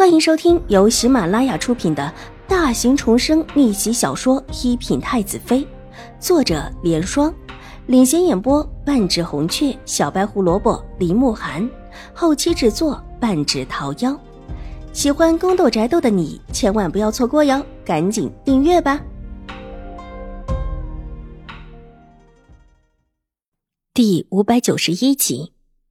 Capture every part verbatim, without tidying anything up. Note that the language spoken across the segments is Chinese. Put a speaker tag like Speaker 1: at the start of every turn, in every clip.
Speaker 1: 欢迎收听由喜马拉雅出品的大型重生逆袭小说《一品太子妃》，作者莲霜，领衔演播半指红雀、小白胡萝卜、林慕寒，后期制作半指桃夭。喜欢宫斗宅斗的你千万不要错过哟，赶紧订阅吧。第五百九十一集。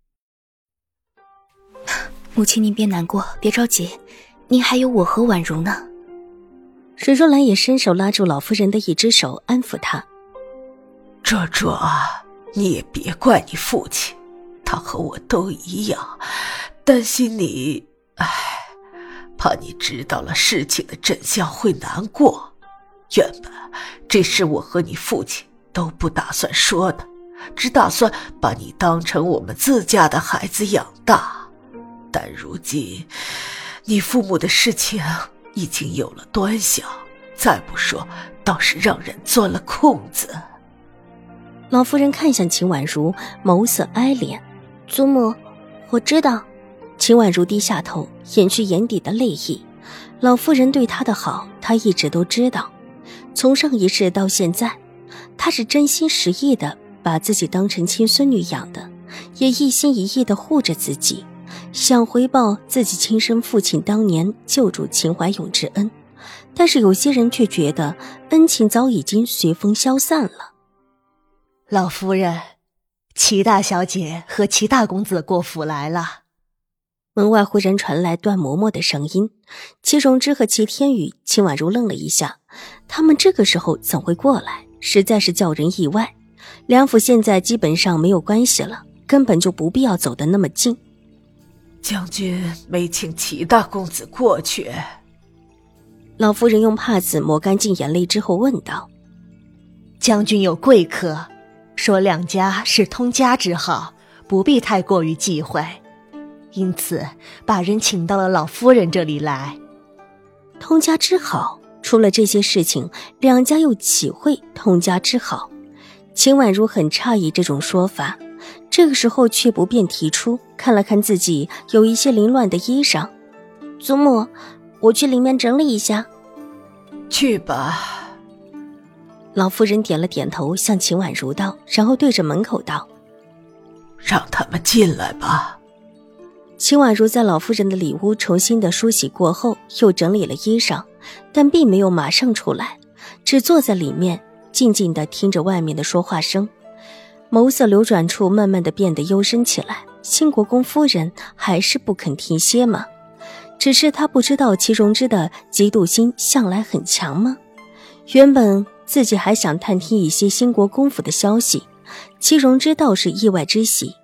Speaker 2: 母亲您别难过，别着急，您还有我和婉如呢。
Speaker 1: 水若兰也伸手拉住老夫人的一只手，安抚她。
Speaker 3: 卓卓啊，你也别怪你父亲，他和我都一样，担心你，唉，怕你知道了事情的真相会难过。原本这事我和你父亲都不打算说的，只打算把你当成我们自家的孩子养大。但如今你父母的事情已经有了端详，再不说倒是让人钻了空子。
Speaker 1: 老夫人看向秦婉如，眸色哀怜。祖母，我知道。秦婉如低下头，掩去眼底的泪意。老夫人对她的好，她一直都知道。从上一世到现在，她是真心实意的把自己当成亲孙女养的，也一心一意的护着自己，想回报自己亲生父亲当年救助秦怀勇之恩。但是有些人却觉得恩情早已经随风消散了。
Speaker 4: 老夫人，齐大小姐和齐大公子过府来了。
Speaker 1: 门外忽然传来段嬷嬷的声音。齐荣之和齐天宇、秦婉如愣了一下，他们这个时候怎会过来，实在是叫人意外。两府现在基本上没有关系了，根本就不必要走得那么近。
Speaker 3: 将军没请齐大公子过去。
Speaker 1: 老夫人用帕子抹干净眼泪之后问道。
Speaker 4: 将军有贵客，说两家是通家之好，不必太过于忌讳，因此把人请到了老夫人这里来。
Speaker 1: 通家之好，除了这些事情，两家又岂会通家之好？秦婉如很诧异这种说法，这个时候却不便提出，看了看自己有一些凌乱的衣裳。祖母，我去里面整理一下。
Speaker 3: 去吧。
Speaker 1: 老夫人点了点头，向秦婉如道，然后对着门口道：
Speaker 3: 让他们进来吧。
Speaker 1: 秦婉如在老夫人的里屋重新的梳洗过后，又整理了衣裳，但并没有马上出来，只坐在里面静静地听着外面的说话声，眸色流转处慢慢地变得幽深起来。新国公夫人还是不肯停歇吗？只是她不知道齐荣之的嫉妒心向来很强吗？原本自己还想探听一些新国公府的消息，齐荣之倒是意外之喜。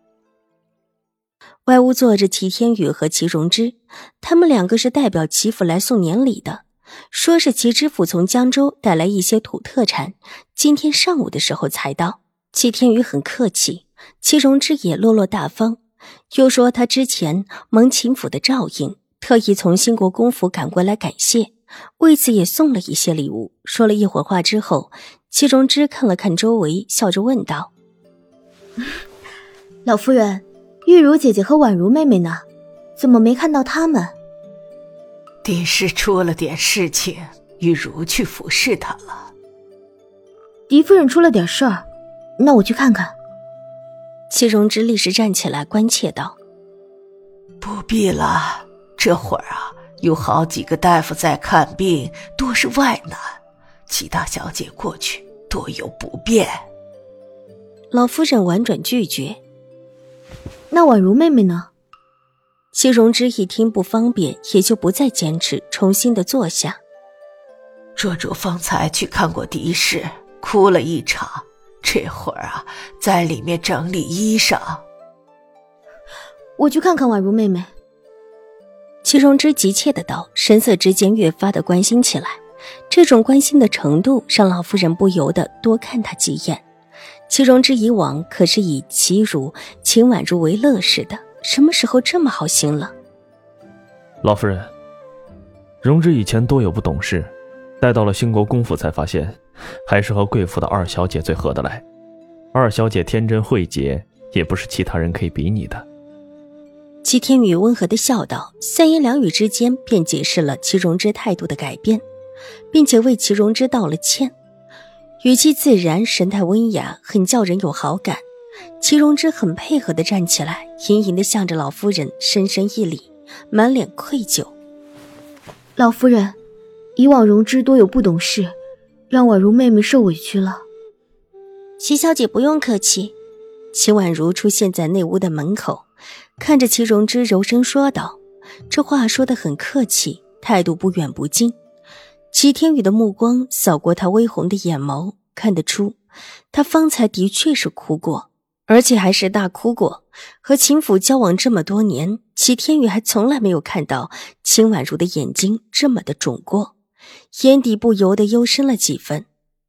Speaker 1: 外屋坐着齐天宇和齐荣之，他们两个是代表齐府来送年礼的，说是齐知府从江州带来一些土特产，今天上午的时候才到。齐天宇很客气，齐荣之也落落大方，又说他之前蒙秦府的照应，特意从新国公府赶过来感谢，为此也送了一些礼物。说了一会儿话之后，齐荣之看了看周围，笑着问道：
Speaker 5: 老夫人，玉茹姐姐和婉如妹妹呢？怎么没看到她们？
Speaker 3: 狄氏出了点事情，玉茹去服侍她了。
Speaker 5: 狄夫人出了点事儿，那我去看看。
Speaker 1: 齐荣之立时站起来，关切道：
Speaker 3: 不必了，这会儿啊，有好几个大夫在看病，多是外男，齐大小姐过去多有不便。
Speaker 1: 老夫人婉转拒绝。
Speaker 5: 那婉如妹妹呢？
Speaker 1: 齐荣之一听不方便，也就不再坚持，重新的坐下。
Speaker 3: 卓卓方才去看过狄氏，哭了一场，这会儿啊，在里面整理衣裳。
Speaker 5: 我去看看婉如妹妹。
Speaker 1: 齐荣之急切的道，神色之间越发的关心起来。这种关心的程度让老夫人不由得多看他几眼。齐荣之以往可是以齐如、秦婉如为乐事的，什么时候这么好心了？
Speaker 6: 老夫人，荣之以前多有不懂事，待到了兴国公府才发现，还是和贵府的二小姐最合得来。二小姐天真慧洁，也不是其他人可以比拟的。
Speaker 1: 齐天宇温和地笑道，三言两语之间便解释了齐荣之态度的改变，并且为齐荣之道了歉，语气自然，神态温雅，很叫人有好感。齐荣之很配合地站起来，盈盈地向着老夫人深深一礼，满脸愧疚。
Speaker 5: 老夫人，以往荣之多有不懂事，让婉如妹妹受委屈了。
Speaker 1: 齐小姐不用客气。齐婉如出现在内屋的门口，看着齐荣之柔声说道，这话说得很客气，态度不远不近。齐天宇的目光扫过他微红的眼眸，看得出他方才的确是哭过，而且还是大哭过。和秦府交往这么多年，齐天宇还从来没有看到秦婉如的眼睛这么的肿过，眼底不由得幽深了几分。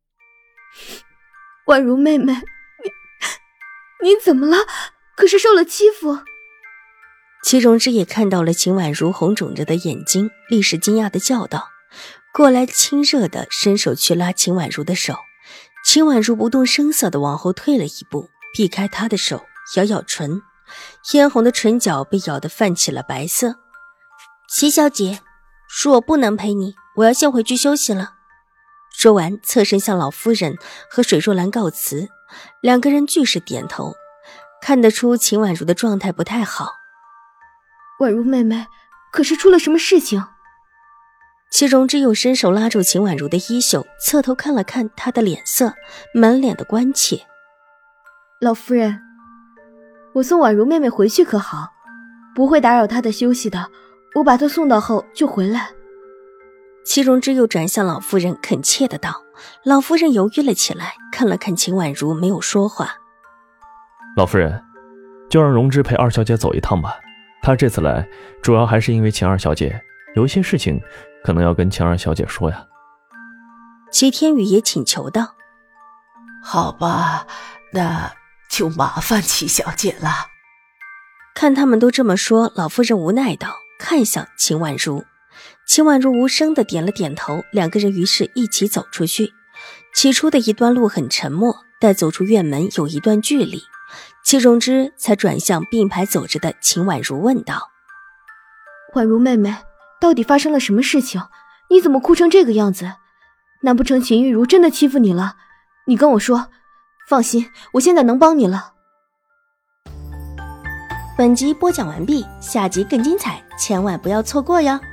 Speaker 5: 婉如妹妹，你你怎么了？可是受了欺负。
Speaker 1: 齐荣之也看到了秦婉如红肿着的眼睛，立时惊讶地叫道，过来亲热地伸手去拉秦婉如的手。秦婉如不动声色地往后退了一步，避开他的手，咬咬唇，嫣红的唇角被咬得泛起了白色。齐小姐，恕我不能陪你，我要先回去休息了。说完，侧身向老夫人和水若兰告辞，两个人俱是点头，看得出秦婉如的状态不太好。
Speaker 5: 婉如妹妹，可是出了什么事情？
Speaker 1: 齐荣之又伸手拉住秦婉如的衣袖，侧头看了看她的脸色，满脸的关切。
Speaker 5: 老夫人，我送婉如妹妹回去可好？不会打扰她的休息的，我把她送到后就回来。
Speaker 1: 齐荣之又转向老夫人，恳切的道。老夫人犹豫了起来，看了看秦婉如，没有说话。
Speaker 6: 老夫人，就让荣之陪二小姐走一趟吧。她这次来，主要还是因为秦二小姐，有一些事情可能要跟秦二小姐说呀。
Speaker 1: 齐天宇也请求道。
Speaker 3: 好吧，那就麻烦齐小姐了。
Speaker 1: 看他们都这么说，老夫人无奈道，看向秦婉如。秦婉如无声地点了点头，两个人于是一起走出去。起初的一段路很沉默，待走出院门有一段距离，齐荣之才转向并排走着的秦婉如问道，
Speaker 5: 婉如妹妹，到底发生了什么事情？你怎么哭成这个样子？难不成秦玉茹真的欺负你了？你跟我说。放心，我现在能帮你了。
Speaker 1: 本集播讲完毕，下集更精彩，千万不要错过哟。